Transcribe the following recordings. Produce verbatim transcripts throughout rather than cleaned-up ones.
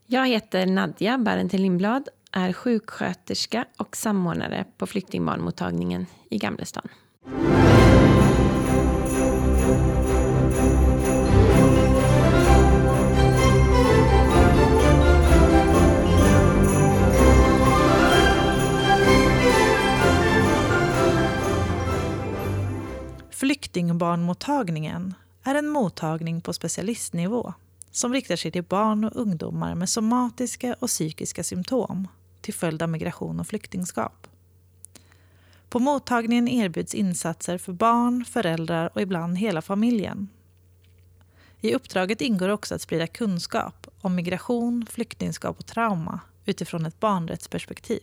Jag heter Nadja Barentin Lindblad, är sjuksköterska och samordnare på flyktingbarnmottagningen i Gamlestan. Flyktingbarnmottagningen är en mottagning på specialistnivå som riktar sig till barn och ungdomar med somatiska och psykiska symptom till följd av migration och flyktingskap. På mottagningen erbjuds insatser för barn, föräldrar och ibland hela familjen. I uppdraget ingår också att sprida kunskap om migration, flyktingskap och trauma utifrån ett barnrättsperspektiv.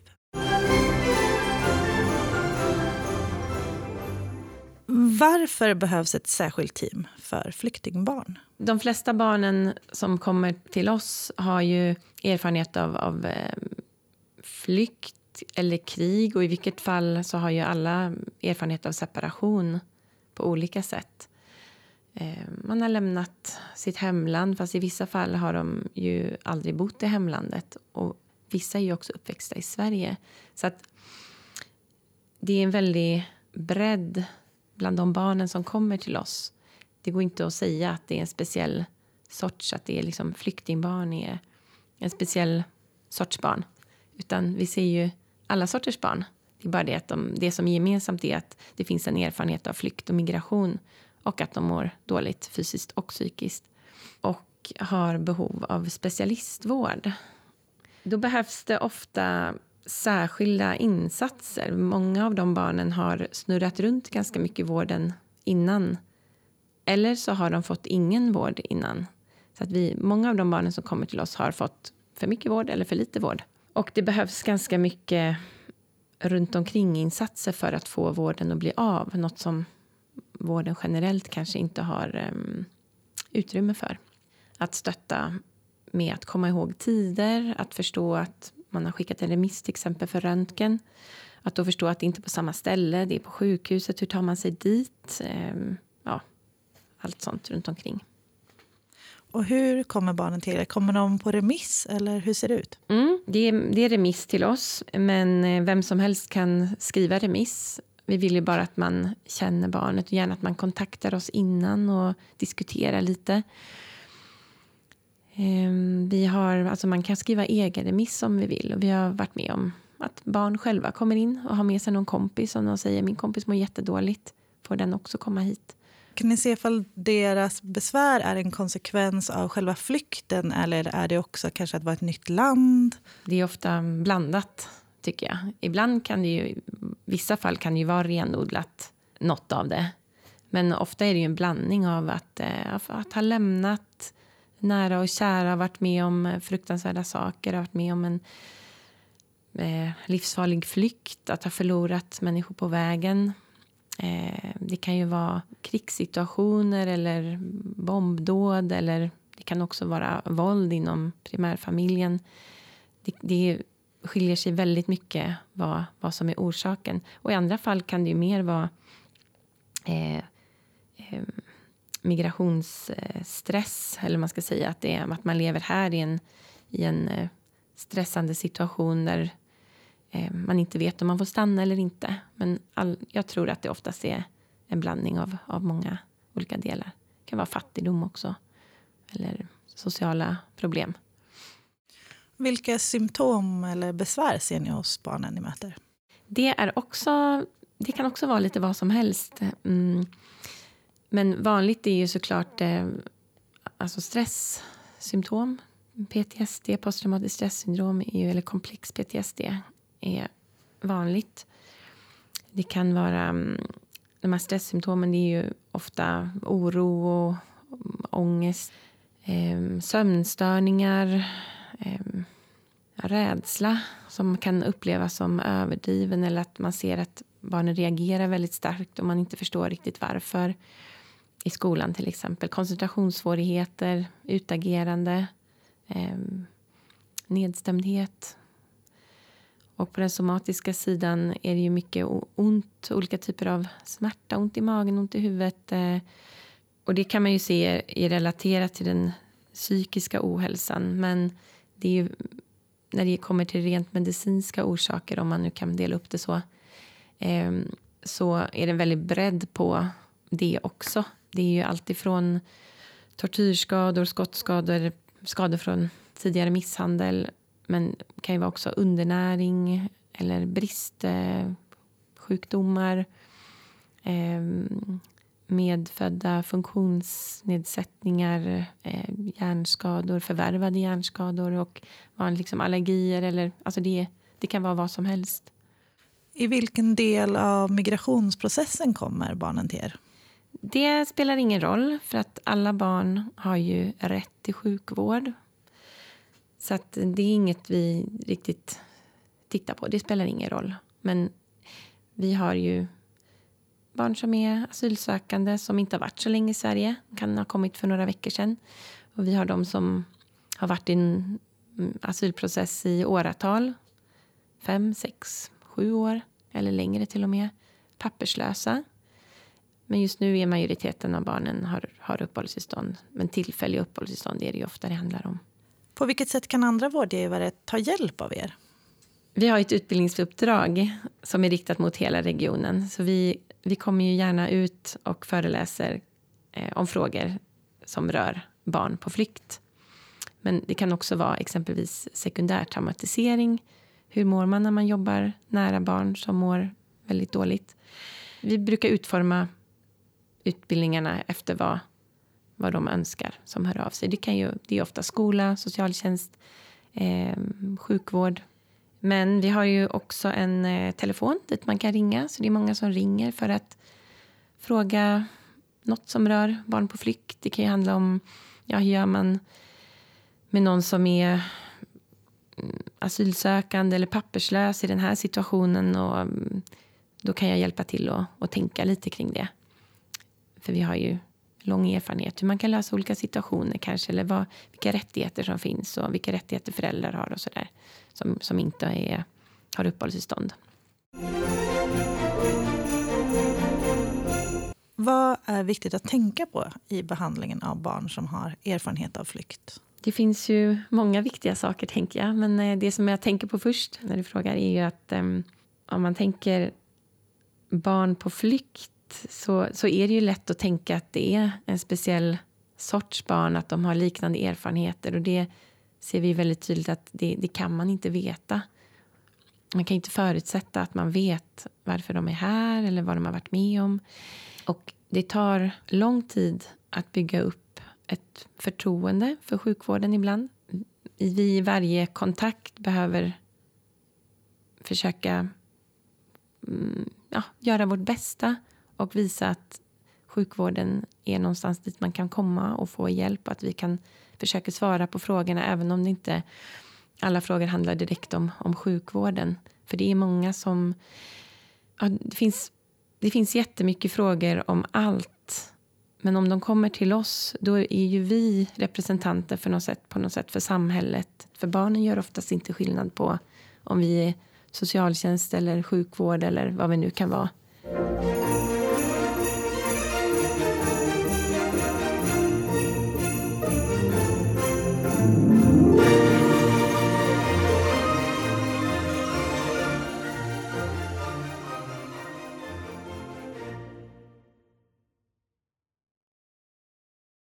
Varför behövs ett särskilt team för flyktingbarn? De flesta barnen som kommer till oss har ju erfarenhet av, av eh, flykt eller krig. Och i vilket fall så har ju alla erfarenhet av separation på olika sätt. Eh, man har lämnat sitt hemland, fast i vissa fall har de ju aldrig bott i hemlandet. Och vissa är ju också uppväxta i Sverige. Så att det är en väldig bredd bland de barnen som kommer till oss. Det går inte att säga att det är en speciell sorts, att det är liksom flyktingbarn är en speciell sorts barn. Utan vi ser ju alla sorters barn. Det är bara det att de, det som är gemensamt är att det finns en erfarenhet av flykt och migration. Och att de mår dåligt fysiskt och psykiskt. Och har behov av specialistvård. Då behövs det ofta särskilda insatser. Många av de barnen har snurrat runt ganska mycket i vården innan. Eller så har de fått ingen vård innan. Så att vi, många av de barnen som kommer till oss har fått för mycket vård eller för lite vård. Och det behövs ganska mycket runt omkring insatser för att få vården att bli av. Något som vården generellt kanske inte har um, utrymme för. Att stötta med att komma ihåg tider. Att förstå att man har skickat en remiss till exempel för röntgen. Att då förstå att det inte är på samma ställe. Det är på sjukhuset. Hur tar man sig dit? Um, ja, allt sånt runt omkring. Och hur kommer barnen till er? Kommer de på remiss eller hur ser det ut? Mm, det, är, det är remiss till oss. Men vem som helst kan skriva remiss. Vi vill ju bara att man känner barnet. Och gärna att man kontaktar oss innan och diskuterar lite. Vi har, alltså man kan skriva egen remiss om vi vill. Och vi har varit med om att barn själva kommer in och har med sig någon kompis. Och de säger min kompis mår jättedåligt. Får den också komma hit? Kan ni se ifall deras besvär är en konsekvens av själva flykten? Eller är det också kanske att vara ett nytt land? Det är ofta blandat tycker jag. Ibland kan det ju, vissa fall kan det ju vara renodlat något av det. Men ofta är det ju en blandning av att, att ha lämnat nära och kära, varit med om fruktansvärda saker, varit med om en eh, livsfarlig flykt, att ha förlorat människor på vägen. Eh, det kan ju vara krigssituationer eller bombdåd, eller det kan också vara våld inom primärfamiljen. Det, det skiljer sig väldigt mycket vad, vad som är orsaken. Och i andra fall kan det ju mer vara eh, eh, migrationsstress, eller man ska säga att det är att man lever här i en, i en stressande situation där eh, man inte vet om man får stanna eller inte. Men all, jag tror att det oftast är en blandning av, av många olika delar. Det kan vara fattigdom också, eller sociala problem. Vilka symptom eller besvär ser ni hos barnen ni möter? Det är också, det kan också vara lite vad som helst. Mm. Men vanligt är ju såklart eh, alltså stresssymptom. P T S D, posttraumatiskt stresssyndrom, är ju, eller komplex P T S D är vanligt. Det kan vara, de här stresssymptomen, det är ju ofta oro och ångest, eh, sömnstörningar, eh, rädsla som kan upplevas som överdriven, eller att man ser att barnen reagerar väldigt starkt och man inte förstår riktigt varför. I skolan till exempel. Koncentrationssvårigheter, utagerande, eh, nedstämdhet. Och på den somatiska sidan är det ju mycket ont, olika typer av smärta, ont i magen, ont i huvudet. Eh, och det kan man ju se är relaterat till den psykiska ohälsan. Men det är ju, när det kommer till rent medicinska orsaker, om man nu kan dela upp det så, eh, så är det en väldigt bredd på det också. Det är ju alltifrån tortyrskador, skottskador, skador från tidigare misshandel, men det kan ju vara också undernäring eller bristsjukdomar, eh, medfödda funktionsnedsättningar, eh, hjärnskador, förvärvade hjärnskador och liksom allergier. Eller, alltså det, det kan vara vad som helst. I vilken del av migrationsprocessen kommer barnen till er? Det spelar ingen roll, för att alla barn har ju rätt till sjukvård. Så att det är inget vi riktigt tittar på. Det spelar ingen roll. Men vi har ju barn som är asylsökande som inte har varit så länge i Sverige. Kan ha kommit för några veckor sedan. Och vi har de som har varit i en asylprocess i åratal. Fem, sex, sju år eller längre till och med. Papperslösa. Men just nu är majoriteten av barnen har, har uppehållstillstånd. Men tillfälliga uppehållstillstånd är det ju ofta det handlar om. På vilket sätt kan andra vårdgivare ta hjälp av er? Vi har ett utbildningsuppdrag som är riktat mot hela regionen. Så vi, vi kommer ju gärna ut och föreläser eh, om frågor som rör barn på flykt. Men det kan också vara exempelvis sekundär traumatisering. Hur mår man när man jobbar nära barn som mår väldigt dåligt? Vi brukar utforma utbildningarna efter vad, vad de önskar som hör av sig. Det, kan ju, det är ofta skola, socialtjänst, eh, sjukvård. Men vi har ju också en eh, telefon dit man kan ringa. Så det är många som ringer för att fråga något som rör barn på flykt. Det kan ju handla om, ja, hur gör man med någon som är asylsökande eller papperslös i den här situationen. Och då kan jag hjälpa till och, och tänka lite kring det. För vi har ju lång erfarenhet hur man kan lösa olika situationer kanske. Eller vad, vilka rättigheter som finns och vilka rättigheter föräldrar har och sådär. Som, som inte är, har uppehållstillstånd. Vad är viktigt att tänka på i behandlingen av barn som har erfarenhet av flykt? Det finns ju många viktiga saker, tänker jag. Men det som jag tänker på först när du frågar är ju att um, om man tänker barn på flykt så, så är det ju lätt att tänka att det är en speciell sorts barn, att de har liknande erfarenheter. Och det ser vi väldigt tydligt att det, det kan man inte veta. Man kan inte förutsätta att man vet varför de är här eller vad de har varit med om. Och det tar lång tid att bygga upp ett förtroende för sjukvården ibland. Vi i varje kontakt behöver försöka ja, göra vårt bästa och visa att sjukvården är någonstans dit man kan komma och få hjälp. Att vi kan försöka svara på frågorna även om det inte alla frågor handlar direkt om, om sjukvården. För det är många som... Ja, det finns, det finns jättemycket frågor om allt. Men om de kommer till oss, då är ju vi representanter för något sätt, på något sätt för samhället. För barnen gör oftast inte skillnad på om vi är socialtjänst eller sjukvård eller vad vi nu kan vara.